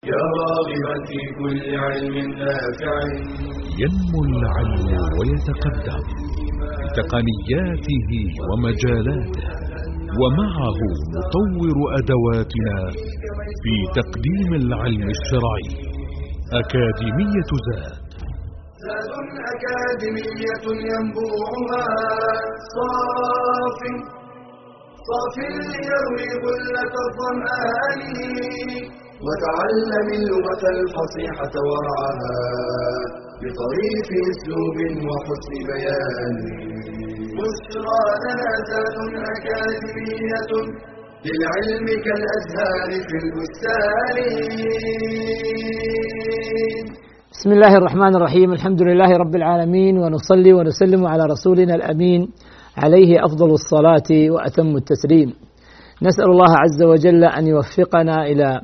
يا راغبا في كل علم نافع. ينمو العلم ويتقدم بتقنياته ومجالاته، ومعه نطور أدواتنا في تقديم العلم الشرعي. أكاديمية زاد أكاديمية ينبوعها صاف ليروي غلة الظمآن، وتعلم اللغة الفصيحة ورعاها بطريف أسلوب وحسن بيان. بشرى لنا زاد أكاديمية للعلم كالأزهار في البستان. بسم الله الرحمن الرحيم. الحمد لله رب العالمين، ونصلي ونسلم على رسولنا الأمين عليه أفضل الصلاة وأتم التسليم. نسأل الله عز وجل أن يوفقنا إلى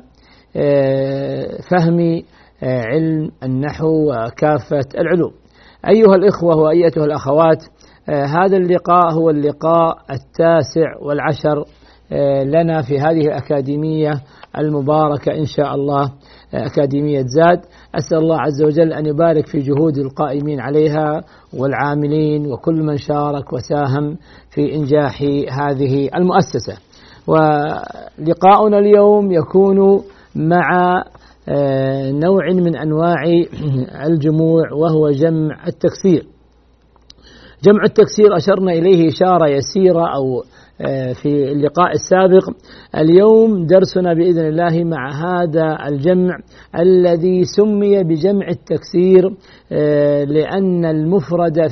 فهم علم النحو وكافة العلوم. أيها الإخوة وأيتها الأخوات، هذا اللقاء هو اللقاء 19 لنا في هذه الأكاديمية المباركة إن شاء الله، أكاديمية زاد. أسأل الله عز وجل أن يبارك في جهود القائمين عليها والعاملين وكل من شارك وساهم في إنجاح هذه المؤسسة. ولقاؤنا اليوم يكون مع نوع من أنواع الجموع، وهو جمع التكسير. جمع التكسير أشرنا إليه إشارة يسيرة أو في اللقاء السابق. اليوم درسنا بإذن الله مع هذا الجمع الذي سمي بجمع التكسير لأن المفرد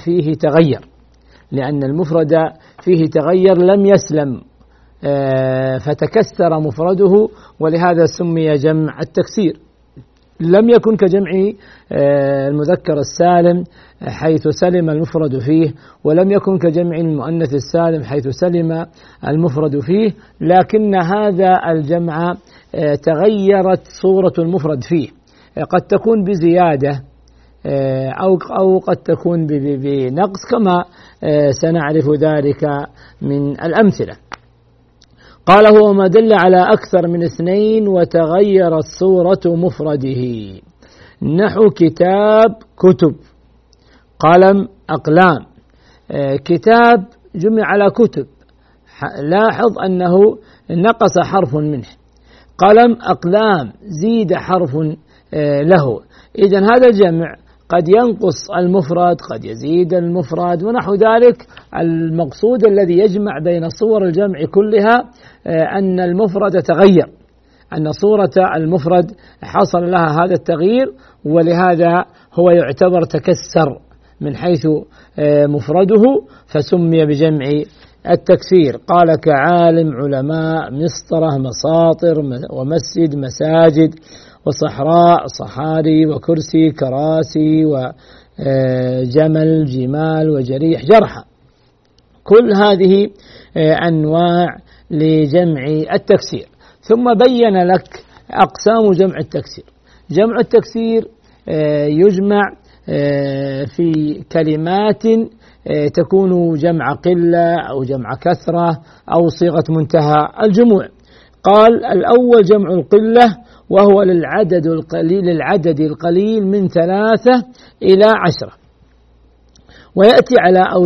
فيه تغير، لم يسلم فتكسر مفرده، ولهذا سمي جمع التكسير. لم يكن كجمع المذكر السالم حيث سلم المفرد فيه، ولم يكن كجمع المؤنث السالم حيث سلم المفرد فيه، لكن هذا الجمع تغيرت صورة المفرد فيه، قد تكون بزيادة أو قد تكون بنقص، كما سنعرف ذلك من الأمثلة. قال: هو ما دل على أكثر من 2 وتغيرت صورة مفرده، نحو كتاب كتب، قلم أقلام. كتاب جمع على كتب، لاحظ أنه نقص حرف منه. قلم أقلام زيد حرف له. إذن هذا الجمع قد ينقص المفرد، قد يزيد المفرد ونحو ذلك. المقصود الذي يجمع بين صور الجمع كلها أن المفرد تغير، أن صورة المفرد حصل لها هذا التغيير، ولهذا هو يعتبر تكسر من حيث مفرده، فسمي بجمع التكسير. قال: كعالم، علماء، مسطرة، مساطر، ومسجد، مساجد، وصحراء، صحاري، وكرسي، كراسي، وجمل، جمال، وجريح، جرحى. كل هذه أنواع لجمع التكسير. ثم بين لك أقسام جمع التكسير. جمع التكسير يجمع في كلمات تكون جمع قلة أو جمع كثرة أو صيغة منتهى الجموع. قال: الأول جمع القلة، وهو للعدد القليل من 3 إلى 10، ويأتي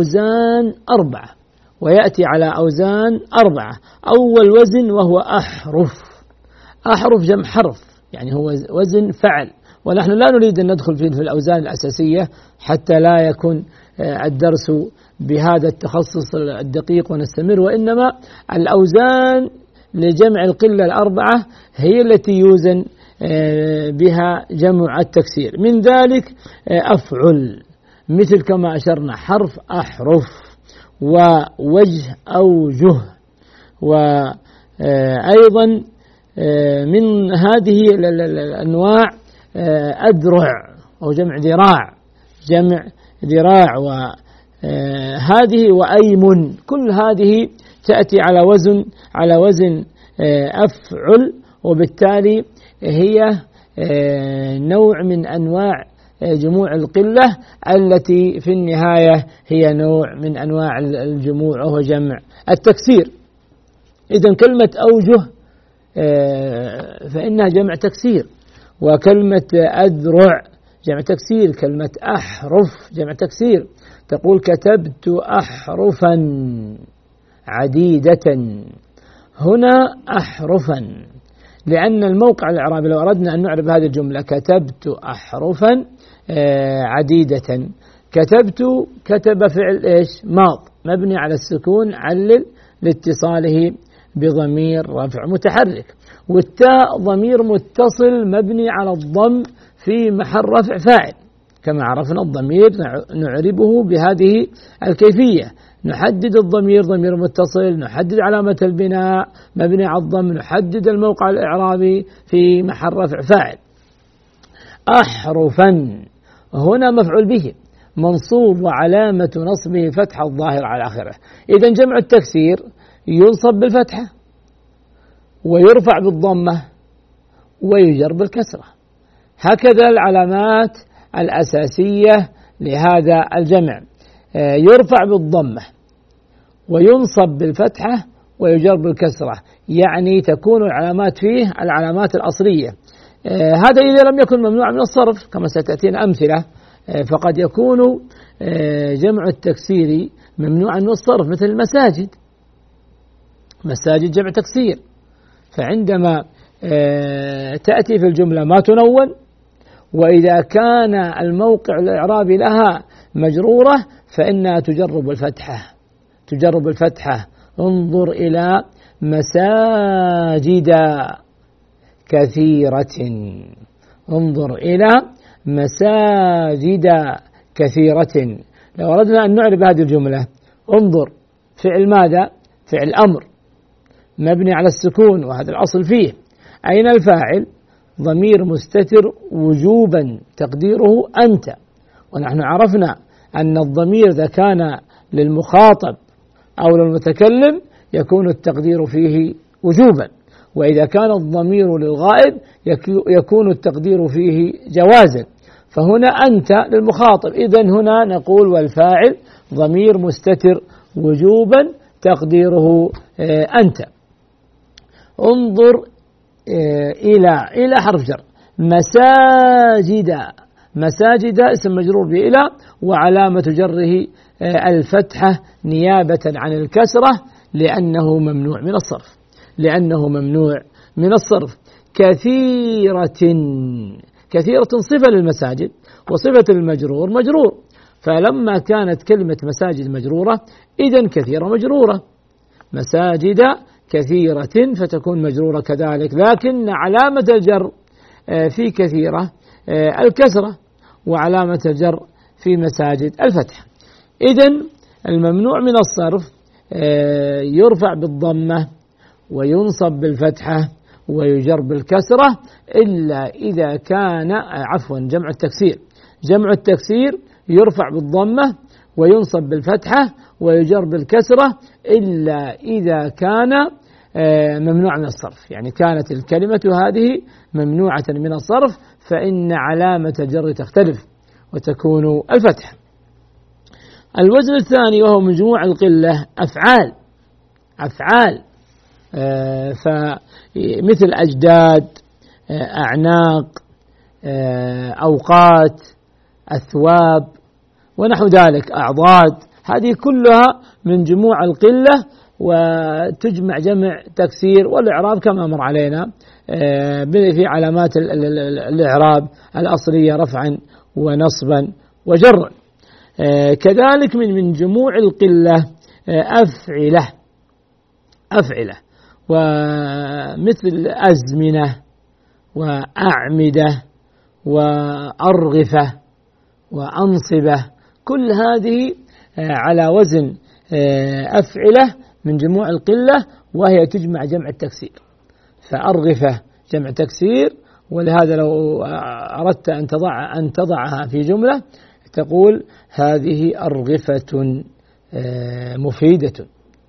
على أوزان 4. أول وزن وهو أحرف جمع حرف، يعني هو وزن فعل، ونحن لا نريد أن ندخل في الأوزان الأساسية حتى لا يكون الدرس بهذا التخصص الدقيق ونستمر، وإنما الأوزان لجمع القلة 4 هي التي يوزن بها جمع التكسير. من ذلك أفعل، مثل كما أشرنا حرف أحرف، ووجه أوجه. وأيضا من هذه الأنواع أذرع أو جمع ذراع، وهذه وأيمن، كل هذه تأتي على وزن أفعل، وبالتالي هي نوع من أنواع جموع القلة التي في النهاية هي نوع من أنواع الجموع وهو جمع التكسير. إذن كلمة أوجه فإنها جمع تكسير، وكلمة أذرع جمع تكسير، كلمة أحرف جمع تكسير. تقول كتبت أحرفا عديدة، هنا أحرفا لأن الموقع الإعرابي لو أردنا أن نعرب هذه الجملة كتبت أحرفا عديدة، كتب فعل إيش؟ ماض مبني على السكون علل لاتصاله بضمير رفع متحرك، والتاء ضمير متصل مبني على الضم في محل رفع فاعل. كما عرفنا الضمير نعربه بهذه الكيفية، نحدد الضمير ضمير متصل، نحدد علامة البناء مبني على الضم، نحدد الموقع الإعرابي في محل رفع فاعل. أحرفا هنا مفعول به منصوب وعلامة نصبه فتحة الظاهر على آخره. إذن جمع التكسير ينصب بالفتحة ويرفع بالضمة ويجر بالكسرة، هكذا العلامات الأساسية لهذا الجمع. يرفع بالضمة وينصب بالفتحة ويجر بالكسرة، يعني تكون العلامات فيه العلامات الأصلية. هذا إذا لم يكن ممنوع من الصرف كما ستأتينا أمثلة. فقد يكون جمع التكسير ممنوعا من الصرف مثل المساجد، مساجد جمع تكسير، فعندما تأتي في الجملة ما تنون، وإذا كان الموقع الإعرابي لها مجرورة فإنها تجر بالفتحة. انظر إلى مساجد كثيرة، انظر إلى مساجد كثيرة. لو أردنا أن نعرب هذه الجملة انظر فعل ماذا؟ فعل أمر مبني على السكون وهذا الأصل فيه. أين الفاعل؟ ضمير مستتر وجوبا تقديره أنت، ونحن عرفنا أن الضمير إذا كان للمخاطب أو للمتكلم يكون التقدير فيه وجوبا، وإذا كان الضمير للغائب يكون التقدير فيه جوازا. فهنا أنت للمخاطب، إذن هنا نقول والفاعل ضمير مستتر وجوبا تقديره أنت. انظر إلى حرف جر، مساجد اسم مجرور بإلى وعلامة جره الفتحة نيابة عن الكسرة لأنه ممنوع من الصرف. كثيرة صفة للمساجد وصفة المجرور مجرور، فلما كانت كلمة مساجد مجرورة إذن كثيرة مجرورة، مساجد كثيرة فتكون مجرورة كذلك، لكن علامة الجر في كثيرة الكسرة وعلامة الجر في مساجد الفتح. إذن الممنوع من الصرف يرفع بالضمة وينصب بالفتحة ويجر بالكسرة إلا إذا كان جمع التكسير يرفع بالضمة وينصب بالفتحة ويجر بالكسرة إلا إذا كان ممنوع من الصرف، يعني كانت الكلمة هذه ممنوعة من الصرف فإن علامة الجر تختلف وتكون الفتحة. الوزن الثاني وهو مجموع القلة أفعال فمثل أجداد، أعناق، أوقات، أثواب ونحو ذلك، أعضاد، هذه كلها من جموع القلة وتجمع جمع تكسير. والإعراب كما مر علينا في علامات الإعراب الأصلية رفعا ونصبا وجرا. كذلك من جموع القلة أفعلة ومثل أزمنة وأعمدة وأرغفة وأنصبة، كل هذه على وزن أفعلة من جموع القلة وهي تجمع جمع التكسير. فأرغفة جمع تكسير، ولهذا لو أردت أن تضعها في جملة تقول هذه أرغفة مفيدة.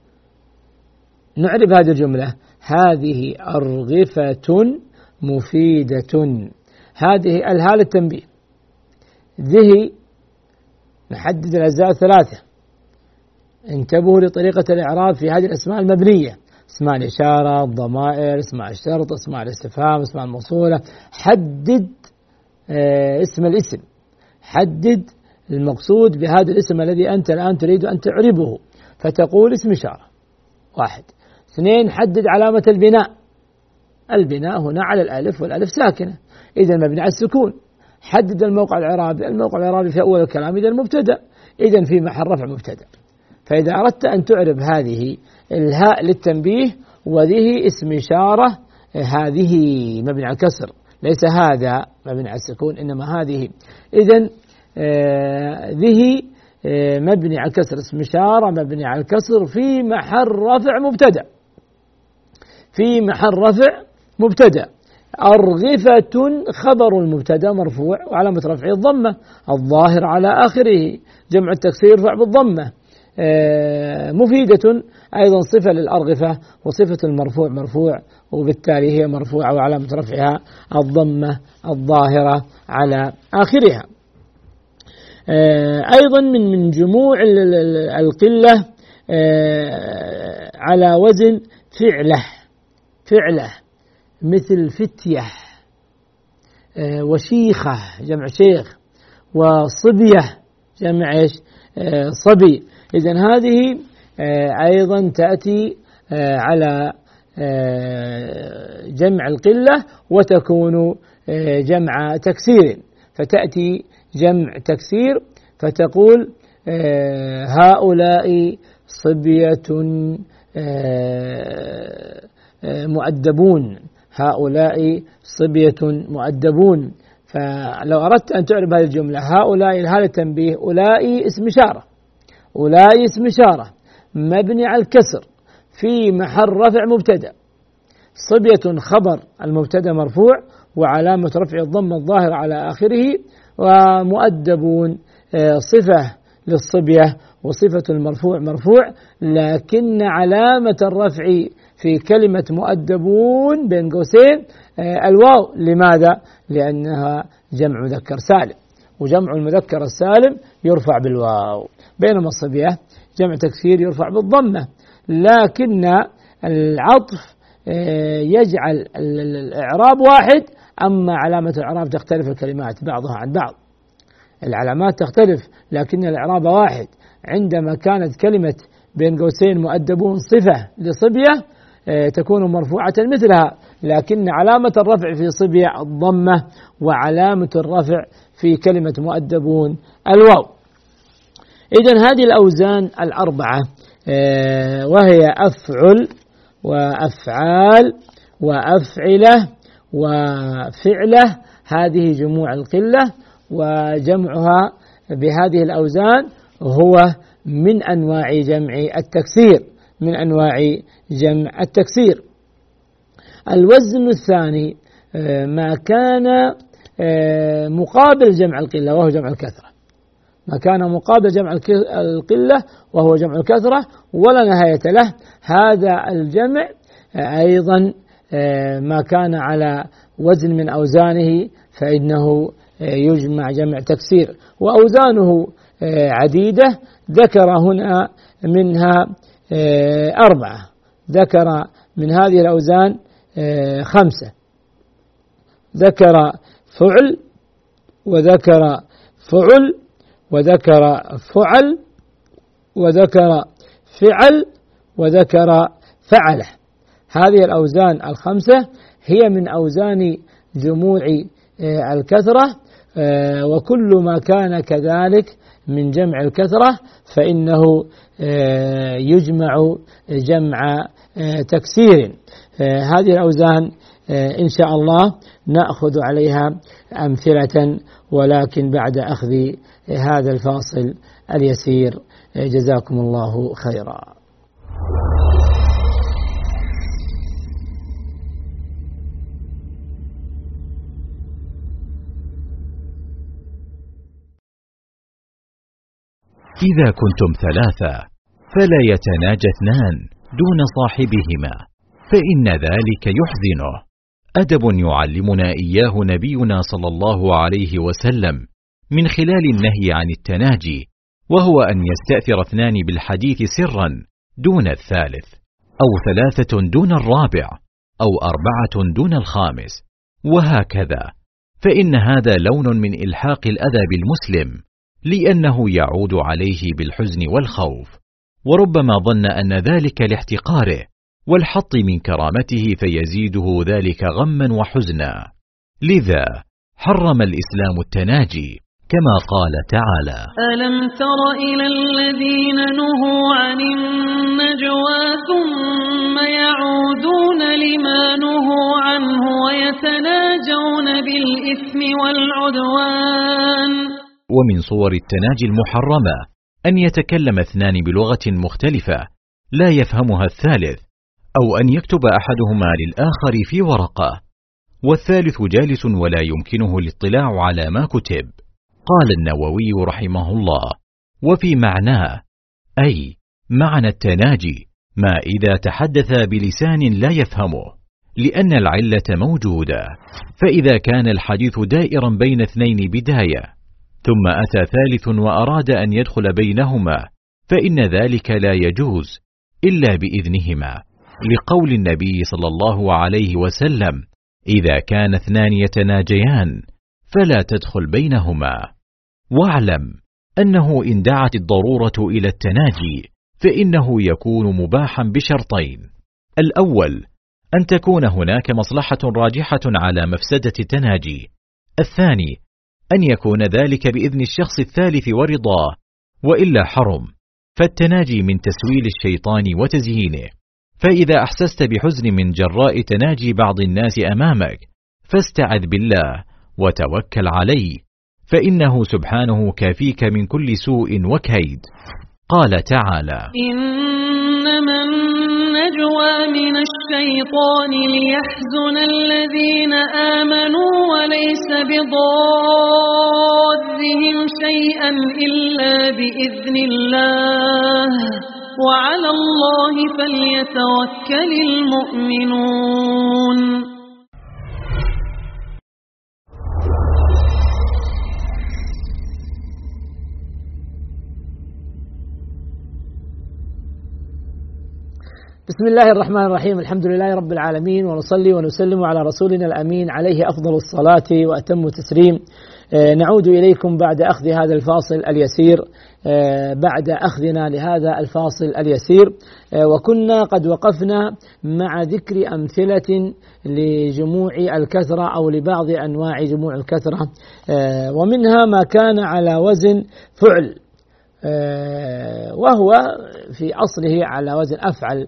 نعرب هذه الجملة هذه أرغفة مفيدة. هذه الهاء التنبيه، ذهي نحدد الأجزاء الثلاثة. انتبهوا لطريقة الإعراب في هذه الأسماء المبنية، اسماء الإشارة، الضمائر، اسماء الشرط، اسماء الاستفهام، اسماء الموصولة. حدد اسم الاسم، حدد المقصود بهذا الاسم الذي أنت الآن تريد أن تعربه، فتقول اسم إشارة. 1. 2. حدد علامة البناء. البناء هنا على الألف، والألف ساكنة، إذا مبني على السكون. حدد الموقع الإعرابي. الموقع الإعرابي في أول الكلام إذا المبتدأ، إذا في محل رفع مبتدأ. فإذا أردت أن تعرب هذه الهاء للتنبيه وذه اسم إشارة، هذه مبني على الكسر، ليس هذا مبني على السكون، إنما هذه. إذن ذه مبني على الكسر، اسم إشارة مبني على الكسر في محل رفع مبتدأ، في محل رفع مبتدأ. أرغفة خبر المبتدأ مرفوع وعلامة رفعه الضمة الظاهر على آخره، جمع التكسير يرفع بالضمة. مفيدة أيضا صفة للأرغفة، وصفة المرفوع مرفوع، وبالتالي هي مرفوعة وعلامة رفعها الضمة الظاهرة على آخرها. أيضا من جموع القلة على وزن فعله، مثل فتية وشيخة جمع شيخ، وصبية جمع صبي. إذن هذه أيضا تأتي على جمع القلة وتكون جمع تكسير، فتأتي جمع تكسير فتقول هؤلاء صبية مؤدبون، هؤلاء صبية مؤدبون. فلو أردت أن تعرب هذه الجملة، هؤلاء الهاء التنبيه، أولئك اسم إشارة، أولئك اسم إشارة مبني على الكسر في محل رفع مبتدأ، صبية خبر المبتدأ مرفوع وعلامة رفع الضمة الظاهرة على آخره، ومؤدبون صفة للصبية وصفة المرفوع مرفوع، لكن علامة الرفع في كلمة مؤدبون بين قوسين الواو. لماذا؟ لأنها جمع مذكر سالم، وجمع المذكر السالم يرفع بالواو، بينما الصبية جمع تكسير يرفع بالضمة. لكن العطف يجعل الإعراب واحد، أما علامة الإعراب تختلف الكلمات بعضها عن بعض، العلامات تختلف لكن الإعراب واحد. عندما كانت كلمة بين قوسين مؤدبون صفة لصبية تكون مرفوعة مثلها، لكن علامة الرفع في صبية الضمة، وعلامة الرفع في كلمة مؤدبون الواو. إذن هذه الأوزان الأربعة وهي أفعل وأفعال وأفعلة وفعلة، هذه جموع القلة، وجمعها بهذه الأوزان هو من أنواع جمع التكسير، من أنواع جمع التكسير. الوزن الثاني ما كان مقابل جمع القلة وهو جمع الكثرة، ما كان مقابل جمع القلة وهو جمع الكثرة ولا نهاية له. هذا الجمع أيضا ما كان على وزن من أوزانه فإنه يجمع جمع تكسير، وأوزانه عديدة، ذكر هنا منها 4، ذكر من هذه الأوزان 5، ذكر فعل وذكر فعل وذكر فعل وذكر فعل وذكر فعله. هذه الأوزان 5 هي من أوزان جموع الكثرة، وكل ما كان كذلك من جمع الكثرة فإنه يجمع جمع تكسير. هذه الأوزان إن شاء الله نأخذ عليها أمثلة، ولكن بعد أخذ هذا الفاصل اليسير. جزاكم الله خيرا. إذا كنتم 3 فلا يتناجى 2 دون صاحبهما، فإن ذلك يحزنه. أدب يعلمنا إياه نبينا صلى الله عليه وسلم من خلال النهي عن التناجي، وهو أن يستأثر 2 بالحديث سرا دون الثالث. أو 3 دون الرابع، أو 4 دون الخامس، وهكذا، فإن هذا لون من إلحاق الأذى بالمسلم، لأنه يعود عليه بالحزن والخوف، وربما ظن أن ذلك لاحتقاره والحط من كرامته فيزيده ذلك غما وحزنا. لذا حرم الإسلام التناجي، كما قال تعالى: ألم تر إلى الذين نهوا عن النجوى ثم يعودون لما نهوا عنه ويتناجون بالإثم والعدوان. ومن صور التناجي المحرمة أن يتكلم 2 بلغة مختلفة لا يفهمها الثالث، أو أن يكتب أحدهما للآخر في ورقة والثالث جالس ولا يمكنه الاطلاع على ما كتب. قال النووي رحمه الله: وفي معناه، أي معنى التناجي ما إذا تحدث بلسان لا يفهمه، لأن العلة موجودة، فإذا كان الحديث دائرا بين 2 بداية ثم أتى ثالث وأراد أن يدخل بينهما فإن ذلك لا يجوز إلا بإذنهما، لقول النبي صلى الله عليه وسلم: إذا كان 2 يتناجيان فلا تدخل بينهما. واعلم أنه إن دعت الضرورة إلى التناجي فإنه يكون مباحا بشرطين: الأول أن تكون هناك مصلحة راجحة على مفسدة التناجي، الثاني أن يكون ذلك بإذن الشخص الثالث ورضاه، وإلا حرم، فالتناجي من تسويل الشيطان وتزيينه. فإذا أحسست بحزن من جراء تناجي بعض الناس أمامك فاستعذ بالله وتوكل عليه، فإنه سبحانه كافيك من كل سوء وكيد. قال تعالى: إنما النجوى من الشيطان ليحزن الذين آمنوا وليس بضارهم شيئا إلا بإذن الله وعلى الله فليتوكل المؤمنون. بسم الله الرحمن الرحيم، الحمد لله رب العالمين، ونصلي ونسلم على رسولنا الأمين عليه أفضل الصلاة وأتم التسليم. نعود إليكم بعد أخذ هذا الفاصل اليسير، بعد أخذنا لهذا الفاصل اليسير، وكنا قد وقفنا مع ذكر أمثلة لجموع الكثرة أو لبعض أنواع جموع الكثرة، ومنها ما كان على وزن فعل، وهو في أصله على وزن أفعل،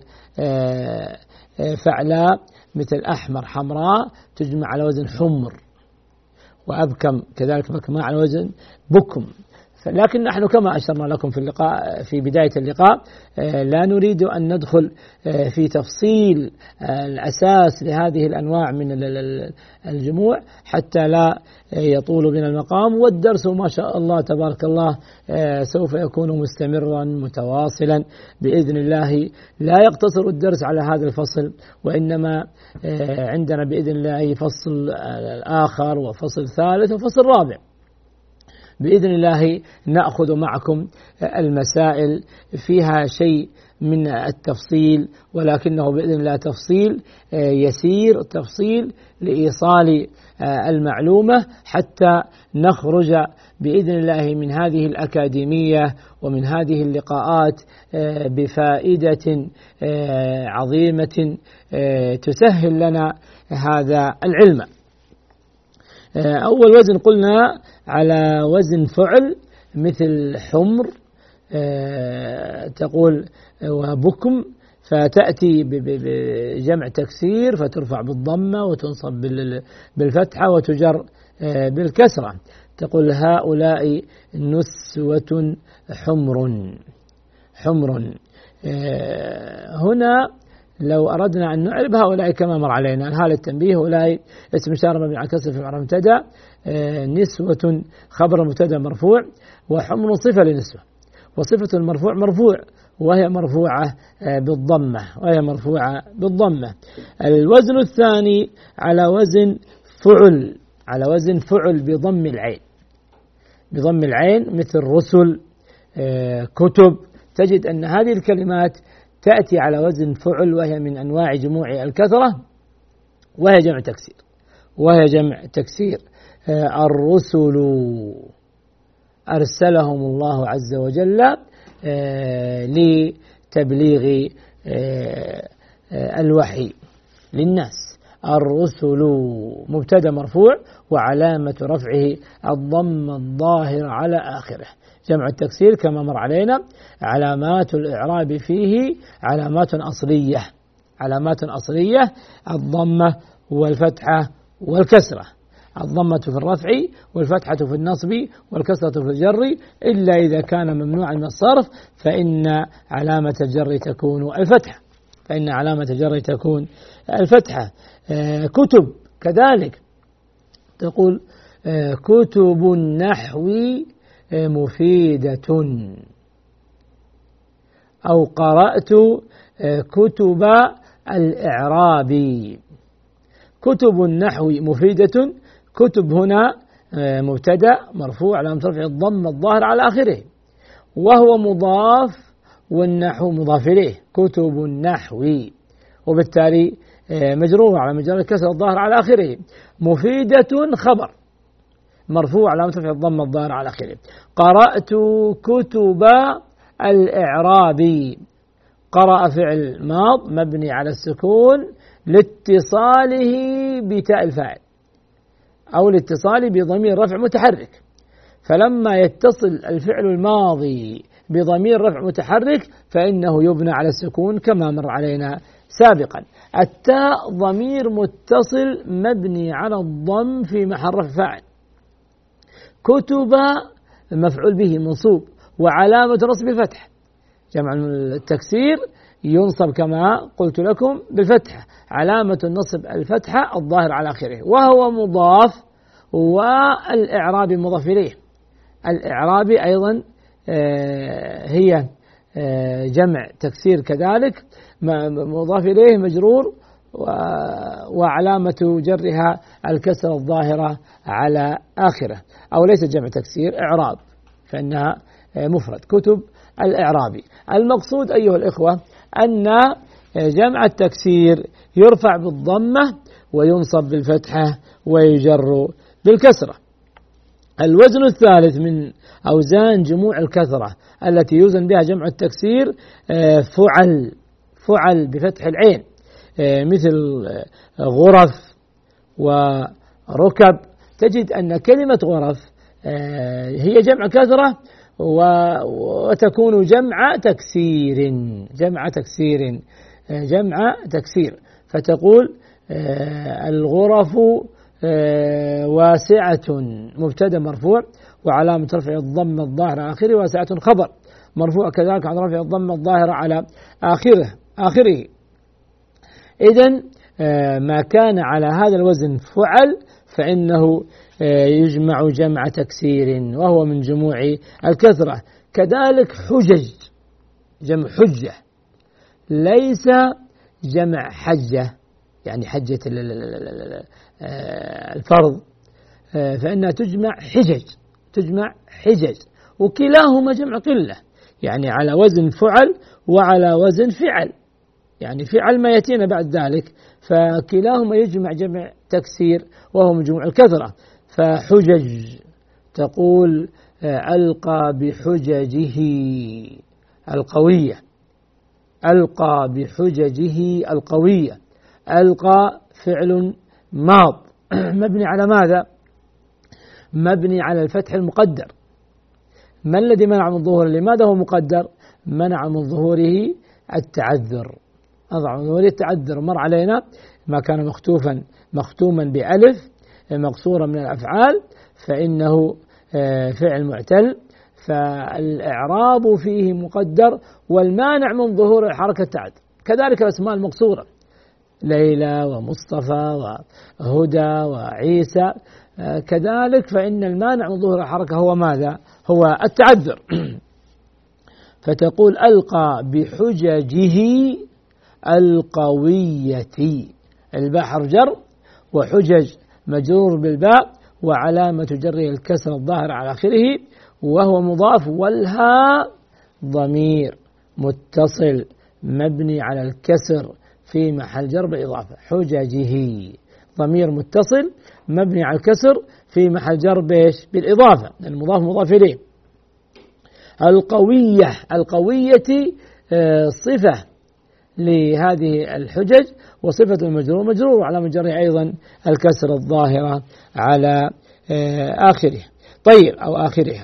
فعلاء، مثل أحمر حمراء تجمع على وزن حمر، وأبكم كذلك بكماء على وزن بكم. لكن نحن كما أشرنا لكم في اللقاء في بداية اللقاء لا نريد أن ندخل في تفصيل الأساس لهذه الأنواع من الجموع حتى لا يطول بنا المقام، والدرس ما شاء الله تبارك الله سوف يكون مستمرا متواصلا بإذن الله. لا يقتصر الدرس على هذا الفصل، وإنما عندنا بإذن الله فصل آخر وفصل ثالث وفصل رابع بإذن الله. نأخذ معكم المسائل فيها شيء من التفصيل، ولكنه بإذن الله تفصيل يسير، تفصيل لإيصال المعلومة حتى نخرج بإذن الله من هذه الأكاديمية ومن هذه اللقاءات بفائدة عظيمة تسهل لنا هذا العلم. أول وزن قلنا على وزن فعل، مثل حمر تقول وبكم، فتأتي بجمع تكسير فترفع بالضمة وتنصب بالفتحة وتجر بالكسرة، تقول هؤلاء نسوة حمر. هنا لو أردنا أن نعرب هؤلاء كما مر علينا الحال التنبيه، هؤلاء اسم إشارة مبني على الكسر في معرب مبتدأ، نسوة خبر مبتدأ مرفوع، وحمر صفة لنسوة، وصفة المرفوع مرفوع وهي مرفوعة بالضمة. الوزن الثاني على وزن فعل بضم العين مثل رسل، كتب. تجد أن هذه الكلمات تأتي على وزن فعل، وهي من أنواع جموع الكثرة، وهي جمع تكسير. الرسل أرسلهم الله عز وجل لتبليغ الوحي للناس. الرسل مبتدأ مرفوع وعلامة رفعه الضم الظاهر على آخره. جمع التكسير كما مر علينا علامات الإعراب فيه علامات أصلية الضمة والفتحة والكسرة. الضمة في الرفع والفتحة في النصب والكسرة في الجر، إلا إذا كان ممنوعا من الصرف فإن علامة الجر تكون الفتحة. كتب كذلك، تقول كتب النحو مفيدة، أو قرأت كتب الإعراب. كتب النحو مفيدة، كتب هنا مبتدأ مرفوع علامة رفعه الضم الظاهر على آخره، وهو مضاف والنحو مضاف إليه. كتب النحو، وبالتالي مجرور على مجرور الكسر الظاهر على آخره. مفيدة خبر مرفوع علامة رفعه الضم الظاهر على آخره. قرأت كتب الإعراب. قرأ فعل ماض مبني على السكون لاتصاله بتاء الفاعل أو لاتصاله بضمير رفع متحرك، فلما يتصل الفعل الماضي بضمير رفع متحرك فإنه يبنى على السكون كما مر علينا سابقا. التاء ضمير متصل مبني على الضم في محل رفع فاعل. كتب مفعول به منصوب وعلامة نصب الفتح. جمع التكسير ينصب كما قلت لكم بالفتحة، علامة النصب الفتحة الظاهر على آخره، وهو مضاف، والإعراب مضاف إليه. الإعراب أيضا هي جمع تكسير كذلك، مضاف إليه مجرور وعلامة جرها الكسر الظاهرة على آخره، أو ليس جمع تكسير، إعراب، فإنها مفرد. كتب الإعرابي. المقصود أيها الإخوة أن جمع التكسير يرفع بالضمة وينصب بالفتحة ويجر بالكسرة. الوزن الثالث من أوزان جموع الكثرة التي يوزن بها جمع التكسير فعل بفتح العين، مثل غرف وركب. تجد أن كلمة غرف هي جمع كثرة وتكون جمع تكسير، فتقول الغرف واسعة مبتدأ مرفوع وعلامة رفع الضم الظاهر على آخره، واسعة خبر مرفوع كذلك عن رفع الضم الظاهر على آخره. إذن ما كان على هذا الوزن فعل فإنه يجمع جمع تكسير، وهو من جموع الكثرة. كذلك حجج، جمع حجة، ليس جمع حجة، يعني حجة الفرض، فإنها تجمع حجج، وكلاهما جمع قلة، يعني على وزن فعل وعلى وزن فعل، يعني فعل ما يأتينا بعد ذلك، فكلاهما يجمع جمع تكسير وهو من جموع الكثرة. فحجج تقول ألقى بحججه القوية. ألقى فعل ماض مبني على ماذا؟ مبني على الفتح المقدر. ما الذي منع من ظهوره؟ لماذا هو مقدر؟ منع من ظهوره التعذر. مر علينا ما كان مختوما بألف مقصورا من الأفعال فإنه فعل معتل، فالإعراب فيه مقدر، والمانع من ظهور حركة تعذر. كذلك الأسماء المقصورة، ليلى ومصطفى وهدى وعيسى، كذلك فإن المانع من ظهور الحركة هو ماذا؟ هو التعذر. فتقول ألقى بحججه القوية، الباء حرف جر، وحجج مجرور بالباء وعلامة جره الكسر الظاهر على آخره وهو مضاف، والهاء ضمير متصل مبني على الكسر في محل جر بالإضافة. حججه ضمير متصل مبني على الكسر في محل جر بيش بالإضافة، المضاف مضاف إليه. القوية صفة لهذه الحجج، وصفة المجرور مجرور على مجره أيضا الكسر الظاهرة على آخره. طيب أو آخرها.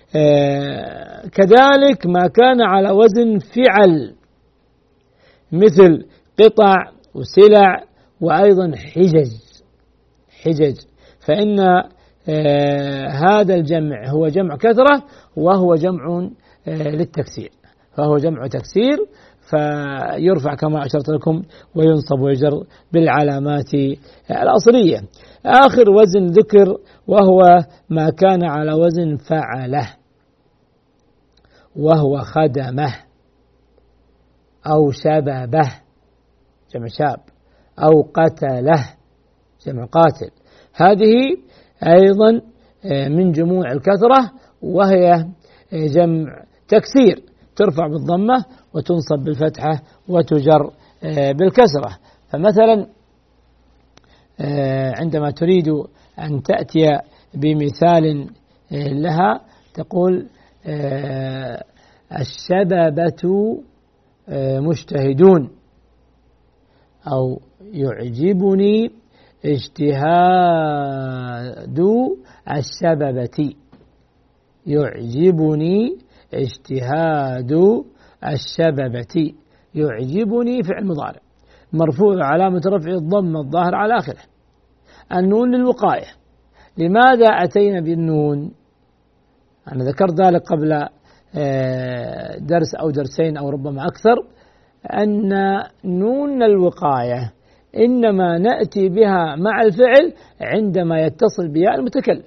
كذلك ما كان على وزن فعل مثل قطع وسلع وأيضا حجج، فإن هذا الجمع هو جمع كثرة وهو جمع للتكسير، فهو جمع تكسير فيرفع كما أشرت لكم وينصب ويجر بالعلامات الأصلية. آخر وزن ذكر وهو ما كان على وزن فعله، وهو خدمه أو شببه جمع شاب، أو قتله جمع قاتل. هذه أيضا من جموع الكثرة وهي جمع تكسير، ترفع بالضمة وتنصب بالفتحة وتجر بالكسرة. فمثلا عندما تريد أن تأتي بمثال لها تقول الشببة مجتهدون، أو يعجبني اجتهاد الشببة، يعجبني اجتهاد الشببة. يعجبني فعل مضارع مرفوع علامة رفع الضمة الظاهر على آخره. النون للوقاية. لماذا أتينا بالنون؟ أنا ذكرت ذلك قبل درس أو درسين أو ربما أكثر، أن نون الوقاية إنما نأتي بها مع الفعل عندما يتصل بياء المتكلم.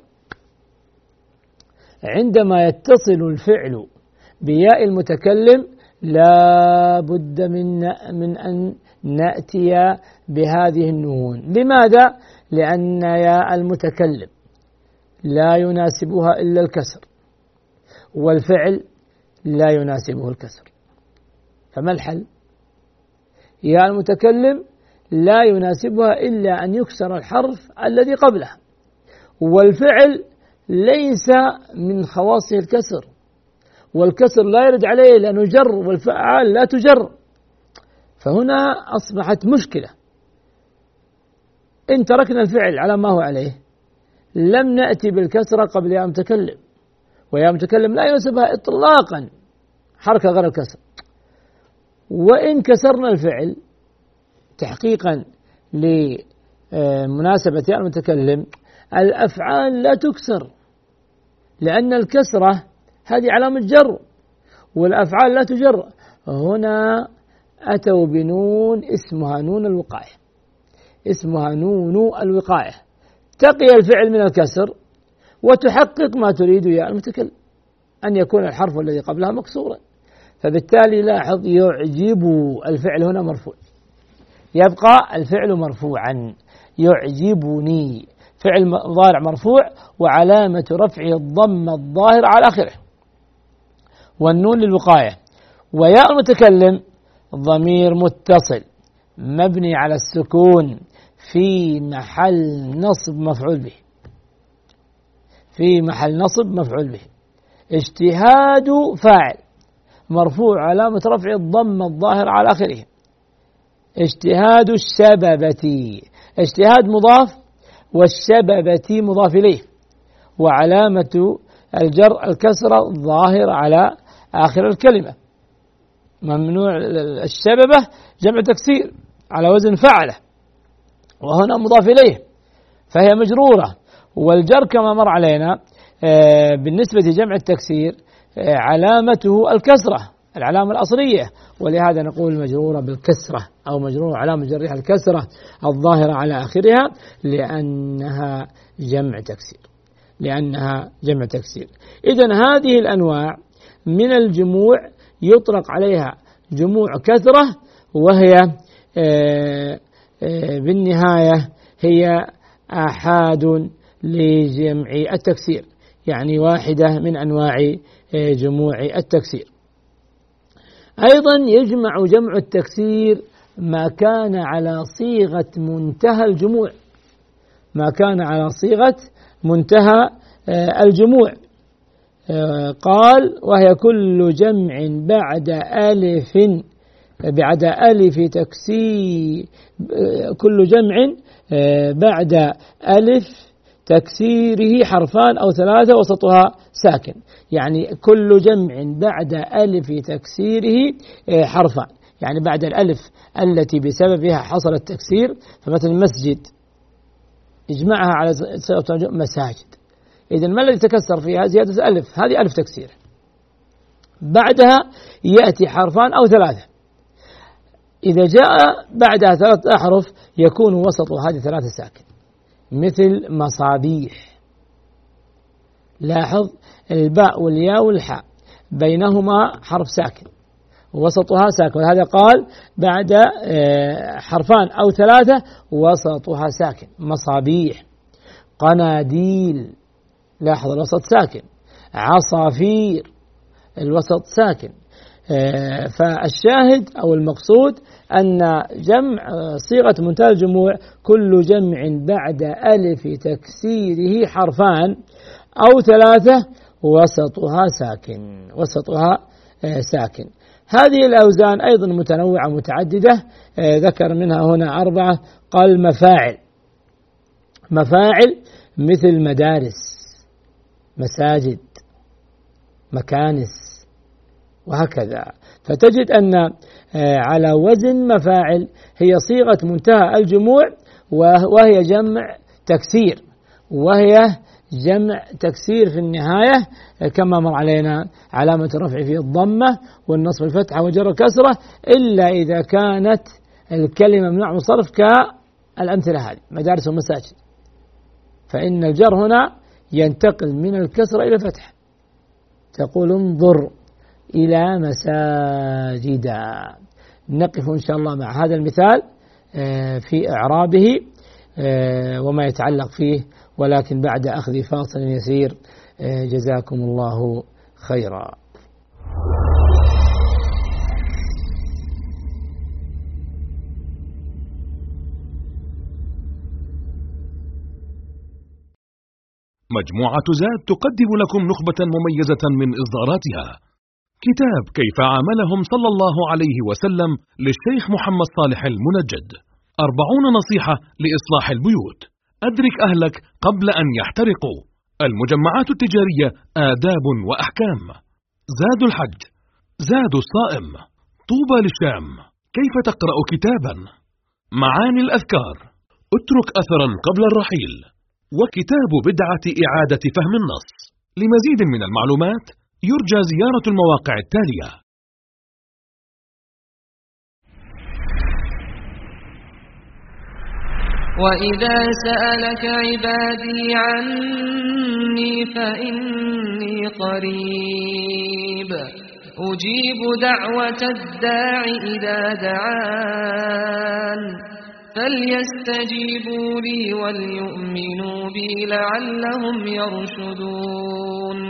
عندما يتصل الفعل بياء المتكلم لا بد من أن نأتي بهذه النون. لماذا؟ لأن ياء المتكلم لا يناسبها إلا الكسر، والفعل لا يناسبه الكسر. فما الحل؟ ياء المتكلم لا يناسبها إلا أن يكسر الحرف الذي قبلها، والفعل ليس من خواصه الكسر، والكسر لا يرد عليه لأنه جر، والفعال لا تجر. فهنا أصبحت مشكلة. إن تركنا الفعل على ما هو عليه لم نأتي بالكسرة قبل ياء المتكلم، وياء المتكلم لا يناسبها إطلاقا حركة غير الكسر. وإن كسرنا الفعل تحقيقا لمناسبة ياء المتكلم الأفعال لا تكسر، لأن الكسرة هذه علامة جر والأفعال لا تجر. هنا أتوا بنون اسمها نون الوقاية، اسمها نون الوقاية، تقي الفعل من الكسر وتحقق ما تريد يا المتكلم أن يكون الحرف الذي قبلها مكسورا. فبالتالي لاحظ يعجب الفعل هنا مرفوع، يبقى الفعل مرفوعا. يعجبني فعل مضارع مرفوع وعلامة رفعه الضمة الظاهر على آخره، والنون للوقاية. وياء المتكلم ضمير متصل مبني على السكون في محل نصب مفعول به، في محل نصب مفعول به. اجتهاد فاعل مرفوع علامة رفع الضمة الظاهر على آخره. اجتهاد الشببة، اجتهاد مضاف والشببة مضاف إليه، وعلامة الجر الكسرة الظاهر على آخر الكلمة. ممنوع الشببة جمع تكسير على وزن فعله، وهنا مضاف إليه فهي مجرورة. والجر كما مر علينا بالنسبة لجمع التكسير علامته الكسرة العلامة الأصلية، ولهذا نقول مجرورة بالكسرة أو مجرورة علامة جرها الكسرة الظاهرة على آخرها لأنها جمع تكسير، لأنها جمع تكسير. إذن هذه الأنواع من الجموع يطلق عليها جموع كثرة، وهي بالنهاية هي آحاد لجمع التكسير، يعني واحدة من أنواع جموع التكسير. أيضا يجمع جمع التكسير ما كان على صيغة منتهى الجموع، ما كان على صيغة منتهى الجموع. قال وهي كل جمع بعد ألف تكسير، كل جمع بعد ألف تكسيره حرفان أو ثلاثة وسطها ساكن، يعني كل جمع بعد ألف تكسيره حرفان، يعني بعد الألف التي بسببها حصل التكسير. فمثل مسجد اجمعها على صيغة مساجد، إذن ما الذي تكسر فيها؟ زيادة ألف، هذه ألف تكسير، بعدها يأتي حرفان أو ثلاثة، إذا جاء بعدها ثلاثة أحرف يكون وسط هذه ثلاثة ساكن، مثل مصابيح. لاحظ الباء والياء والحاء بينهما حرف ساكن وسطها ساكن، هذا قال بعد حرفان أو ثلاثة وسطها ساكن. مصابيح، قناديل، لاحظ الوسط ساكن. عصافير، الوسط ساكن. فالشاهد أو المقصود أن جمع صيغة منتهى الجموع كل جمع بعد ألف تكسيره حرفان أو ثلاثة وسطها ساكن. هذه الأوزان أيضا متنوعة متعددة، ذكر منها هنا 4. قال مفاعل مثل مدارس، مساجد، مكانس، وهكذا. فتجد أن على وزن مفاعل هي صيغة منتهى الجموع، وهي جمع تكسير، في النهاية كما مر علينا علامة الرفع في الضمة والنصب الفتحة وجر الكسرة، إلا إذا كانت الكلمة ممنوع من الصرف كالأمثلة هذه مدارس ومساجد، فإن الجر هنا ينتقل من الكسرة إلى الفتح، تقول انظر إلى مساجد. نقف إن شاء الله مع هذا المثال في إعرابه وما يتعلق فيه، ولكن بعد أخذ فاصل يسير. جزاكم الله خيرا. مجموعة زاد تقدم لكم نخبة مميزة من إصداراتها، كتاب كيف عاملهم صلى الله عليه وسلم للشيخ محمد صالح المنجد، 40 نصيحة لإصلاح البيوت، أدرك أهلك قبل أن يحترقوا، المجمعات التجارية آداب وأحكام، زاد الحج، زاد الصائم، طوبى للشام، كيف تقرأ كتابا، معاني الأذكار، اترك أثرا قبل الرحيل، وكتاب بدعة إعادة فهم النص. لمزيد من المعلومات يرجى زيارة المواقع التالية: وإذا سألك عبادي عني فإني قريب أجيب دعوة الداع إذا دعان فليستجيبوا لي وليؤمنوا بي لعلهم يرشدون.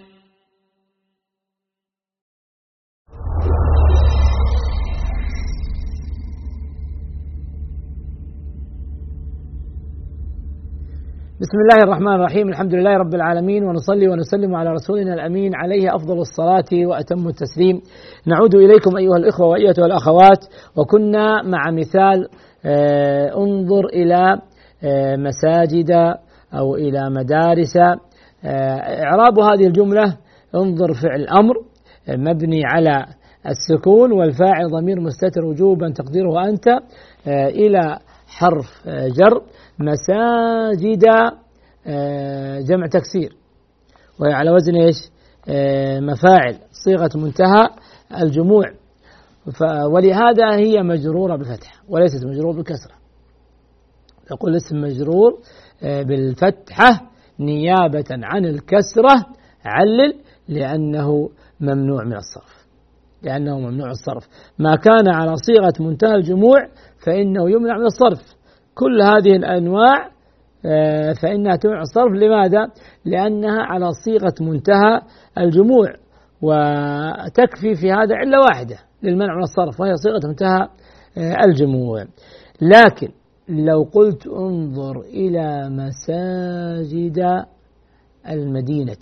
بسم الله الرحمن الرحيم، الحمد لله رب العالمين، ونصلي ونسلم على رسولنا الأمين عليه أفضل الصلاة وأتم التسليم. نعود إليكم أيها الإخوة وأيتها الأخوات، وكنا مع مثال انظر إلى مساجد أو إلى مدارس. إعراب هذه الجملة: انظر فعل أمر مبني على السكون، والفاعل ضمير مستتر وجوبا تقديره أنت، إلى حرف جر، مساجد جمع تكسير، وهي على وزن إيش؟ مفاعل، صيغة منتهى الجموع، ولهذا هي مجرورة بالفتح وليست مجرورة بالكسرة. نقول اسم مجرور بالفتحة نيابة عن الكسرة، علل لأنه ممنوع من الصرف، ما كان على صيغة منتهى الجموع فإنه يمنع من الصرف. كل هذه الأنواع فإنها تمنع الصرف. لماذا؟ لأنها على صيغة منتهى الجموع، وتكفي في هذا علة واحدة، للمنع من الصرف، وهي صيغة منتهى الجموع. لكن لو قلت انظر إلى مساجد المدينة،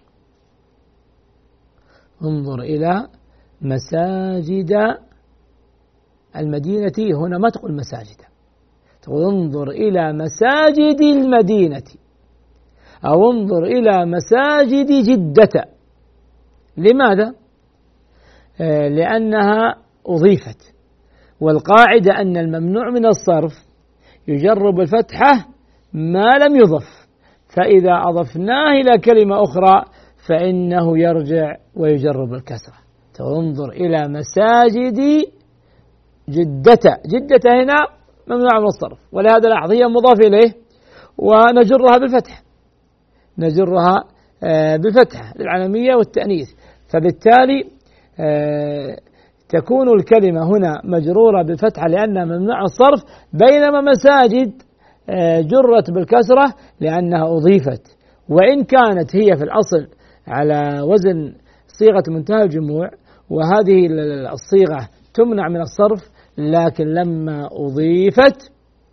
انظر إلى مساجد المدينة، هنا ما تقول مساجد، تقول انظر إلى مساجد المدينة، أو انظر إلى مساجد جدة. لماذا؟ لأنها أضيفت، والقاعدة أن الممنوع من الصرف يجر بالفتحة ما لم يضف، فإذا أضفناه إلى كلمة أخرى فإنه يرجع ويجر بالكسرة. تنظر إلى مساجد جدة، جدة هنا ممنوع من الصرف، ولهذا لاحظ هي مضاف إليه ونجرها بالفتحة، نجرها بالفتحة للعلمية والتأنيث، فبالتالي تكون الكلمة هنا مجرورة بالفتحة لأنها ممنوع الصرف، بينما مساجد جرت بالكسرة لأنها أضيفت، وإن كانت هي في الأصل على وزن صيغة منتهى الجموع، وهذه الصيغة تمنع من الصرف، لكن لما أضيفت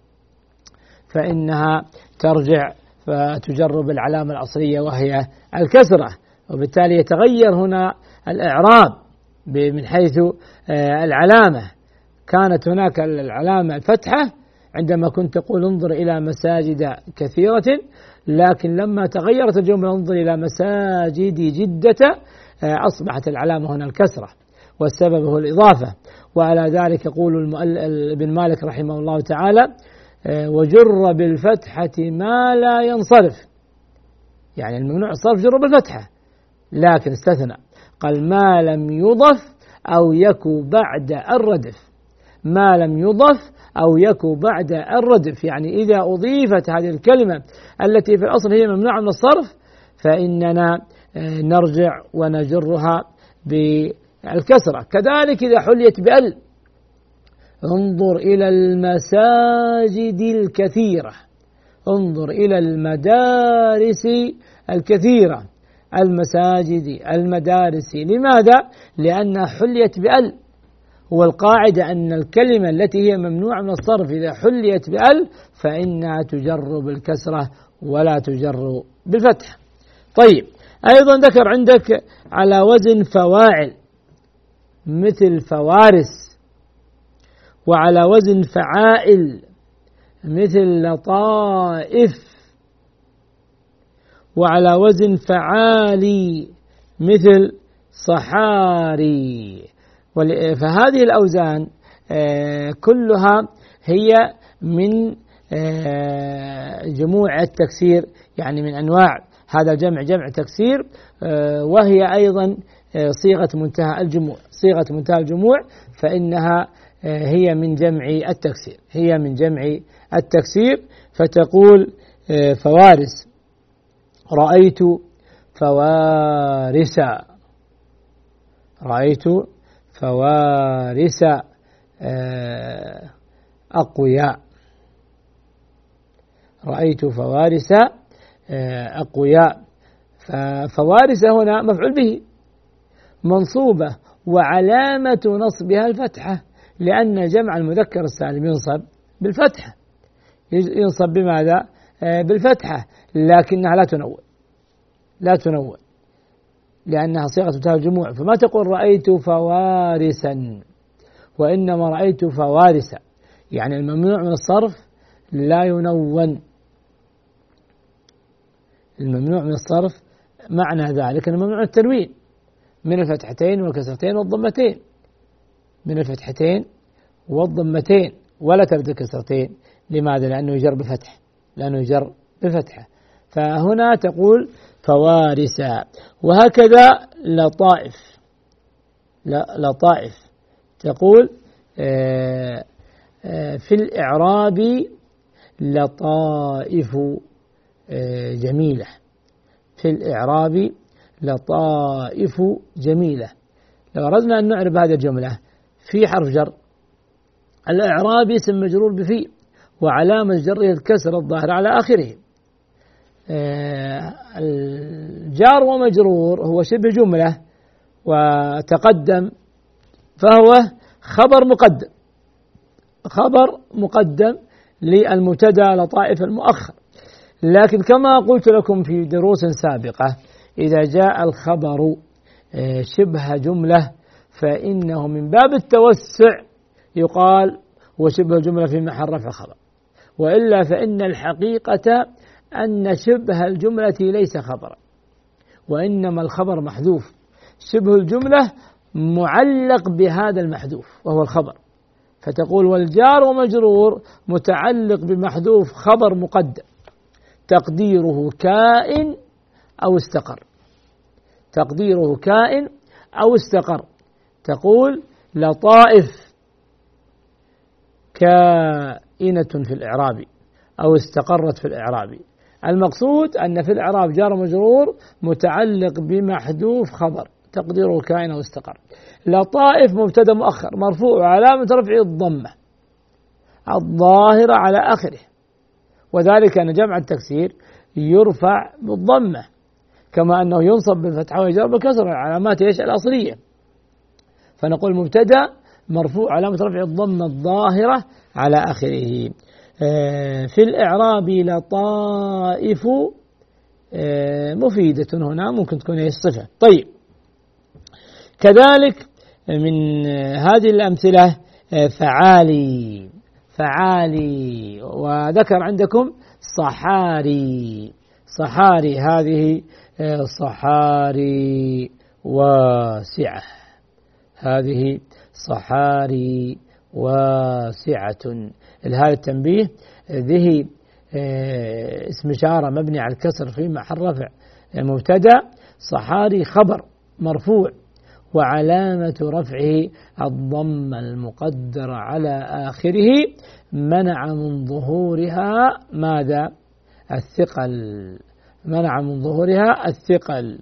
فإنها ترجع فتجر بالعلامة الأصلية وهي الكسرة، وبالتالي يتغير هنا الإعراب من حيث العلامة. كانت هناك العلامة الفتحة عندما كنت تقول انظر إلى مساجد كثيرة، لكن لما تغيرت الجملة انظر إلى مساجد جدة أصبحت العلامة هنا الكسرة، والسبب هو الإضافة. وعلى ذلك يقول ابن مالك رحمه الله تعالى وجر بالفتحة ما لا ينصرف، يعني الممنوع الصرف جر بالفتحة، لكن استثنى قال ما لم يضف أو يكو بعد الردف، ما لم يضف أو يكو بعد الردف، يعني إذا أضيفت هذه الكلمة التي في الأصل هي ممنوعة من الصرف فإننا نرجع ونجرها بالكسرة. كذلك إذا حليت بأل، انظر إلى المساجد الكثيرة، انظر إلى المدارس الكثيرة، المساجد المدارس. لماذا؟ لأنها حليت بأل، والقاعدة أن الكلمة التي هي ممنوعة من الصرف إذا حليت بأل فإنها تجر بالكسرة ولا تجر بالفتح. طيب، أيضا ذكر عندك على وزن فواعل مثل فوارس، وعلى وزن فعائل مثل لطائف، وعلى وزن فعالي مثل صحاري. فهذه الأوزان كلها هي من جموع التكسير، يعني من أنواع هذا الجمع جمع تكسير، وهي أيضا صيغة منتهى الجموع. صيغة منتهى الجموع فإنها هي من جمع التكسير، هي من جمع التكسير. فتقول فوارس، رأيت فوارسا، رأيت فوارس أقوياء، رأيت فوارس أقوياء. ففوارس هنا مفعول به منصوبة وعلامة نصبها الفتحة، لأن جمع المذكر السالم ينصب بالفتحة، ينصب بماذا؟ بالفتحة، لكنها لا تنوع لأنها صيغة منتهى الجموع، فما تقول رأيت فوارسا، وإنما رأيت فوارسا، يعني الممنوع من الصرف لا ينون. الممنوع من الصرف معنى ذلك أنه ممنوع التنوين من الفتحتين والكسرتين والضمتين، من الفتحتين والضمتين، ولا ترد الكسرتين. لماذا؟ لأنه يجر بفتح، لأنه يجر بفتحة. فهنا تقول فوارسا. وهكذا لطائف، لطائف تقول في الإعراب لطائف جميلة، في الإعراب لطائف جميلة. لو أردنا أن نعرب هذه الجملة في حرف جر، الإعراب اسم مجرور بفي، وعلامة جره الكسر الظاهر على آخره. الجار ومجرور هو شبه جملة، وتقدم فهو خبر مقدم للمبتدأ لطائف المؤخر. لكن كما قلت لكم في دروس سابقة، إذا جاء الخبر شبه جملة فإنه من باب التوسع يقال هو شبه جملة في محل رفع خبر، وإلا فإن الحقيقة أن شبه الجملة ليس خبرا، وإنما الخبر محذوف. شبه الجملة معلق بهذا المحذوف وهو الخبر، فتقول والجار ومجرور متعلق بمحذوف خبر مقدم تقديره كائن أو استقر. تقديره كائن أو استقر. تقول لطائف كائنة في الإعراب أو استقرت في الإعراب. المقصود أن في الإعراب جار مجرور متعلق بمحذوف خبر تقديره كائن أو استقر. لطائف مبتدأ مؤخر مرفوع علامة رفعه الضمة الظاهرة على آخره، وذلك أن جمع التكسير يرفع بالضمة كما أنه ينصب بالفتحة ويجر بالكسر، العلامات الأصلية. فنقول مبتدأ مرفوع علامة رفع الضمة الظاهرة على آخره. في الإعراب لطائف مفيدة هنا ممكن تكون هي الصفة. طيب، كذلك من هذه الأمثلة فعالي، وذكر عندكم صحاري. هذه صحاري واسعة، هذه صحاري واسعة. الهاء التنبيه ذه اسم إشارة مبني على الكسر في محل رفع مبتدأ. صحاري خبر مرفوع وعلامة رفعه الضم المقدر على آخره، منع من ظهورها ماذا؟ الثقل. منع من ظهورها الثقل.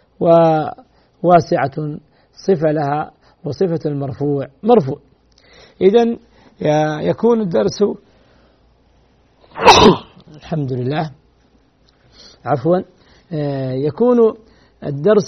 وواسعة صفة لها، وصفة المرفوع مرفوع. إذن يكون الدرس الحمد لله يكون الدرس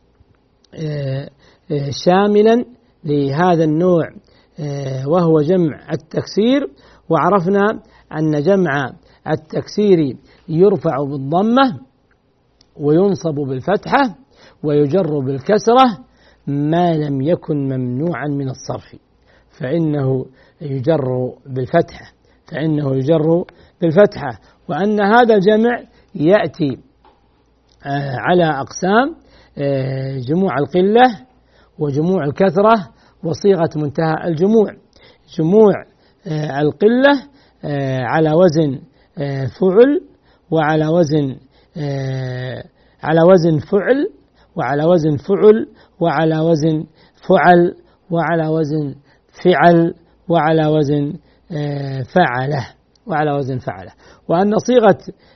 شاملا لهذا النوع وهو جمع التكسير. وعرفنا أن جمع التكسير يرفع بالضمة وينصب بالفتحة ويجر بالكسرة ما لم يكن ممنوعا من الصرف فإنه يجر بالفتحة. وأن هذا الجمع يأتي على أقسام: جموع القلة وجموع الكثرة وصيغة منتهى الجموع. جموع القلة على وزن فعل وعلى وزن فعل وعلى وزن فعل وعلى وزن فعل وعلى وزن فعل وعلى وزن فعله. وأن صيغة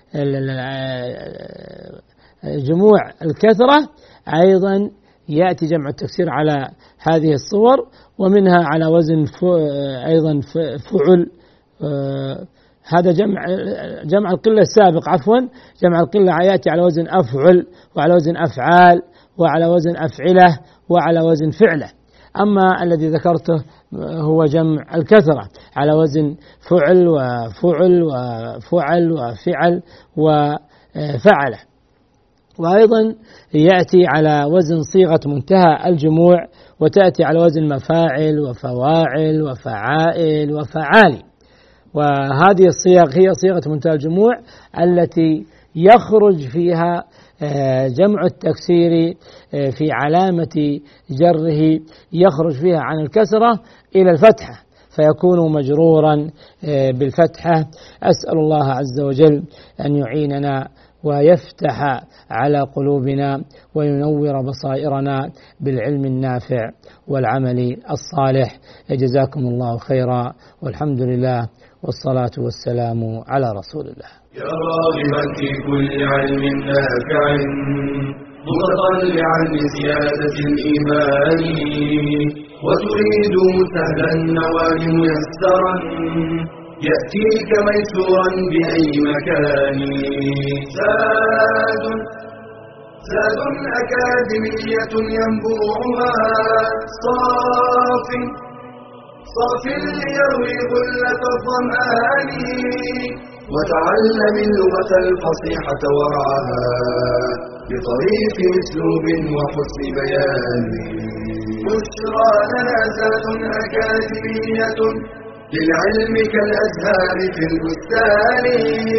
جموع الكثرة أيضا يأتي جمع التكسير على هذه الصور، ومنها على وزن أيضا فعل. هذا جمع القلة السابق جمع القلة يأتي على وزن أفعل وعلى وزن أفعال وعلى وزن أفعلة وعلى وزن فعلة. أما الذي ذكرته هو جمع الكثرة على وزن فعل وفعل وفعل وفعل وفعله. وأيضا يأتي على وزن صيغة منتهى الجموع، وتأتي على وزن مفاعل وفواعل وفعائل وفعالي. وهذه الصيغ هي صيغة منتهى الجموع التي يخرج فيها جمع التكسير في علامة جره يخرج فيها عن الكسرة إلى الفتحة فيكون مجرورا بالفتحة. أسأل الله عز وجل أن يعيننا ويفتح على قلوبنا وينور بصائرنا بالعلم النافع والعمل الصالح. جزاكم الله خيرا، والحمد لله والصلاة والسلام على رسول الله. يا راغبا في كل علم نافع متطلعا لزيادة الإيمان وتريد سهلا النوال ميسرا يأتيك ميسورا بأي مكان. زاد أكاديمية ينبوعها صاف ليروي غلة الظمآن وتعلم اللغة الفصيحة ورعاها بطريق أسلوب وحسن بيان. بشرى لنا زاد أكاديمية للعلم كالأزهار في البستان.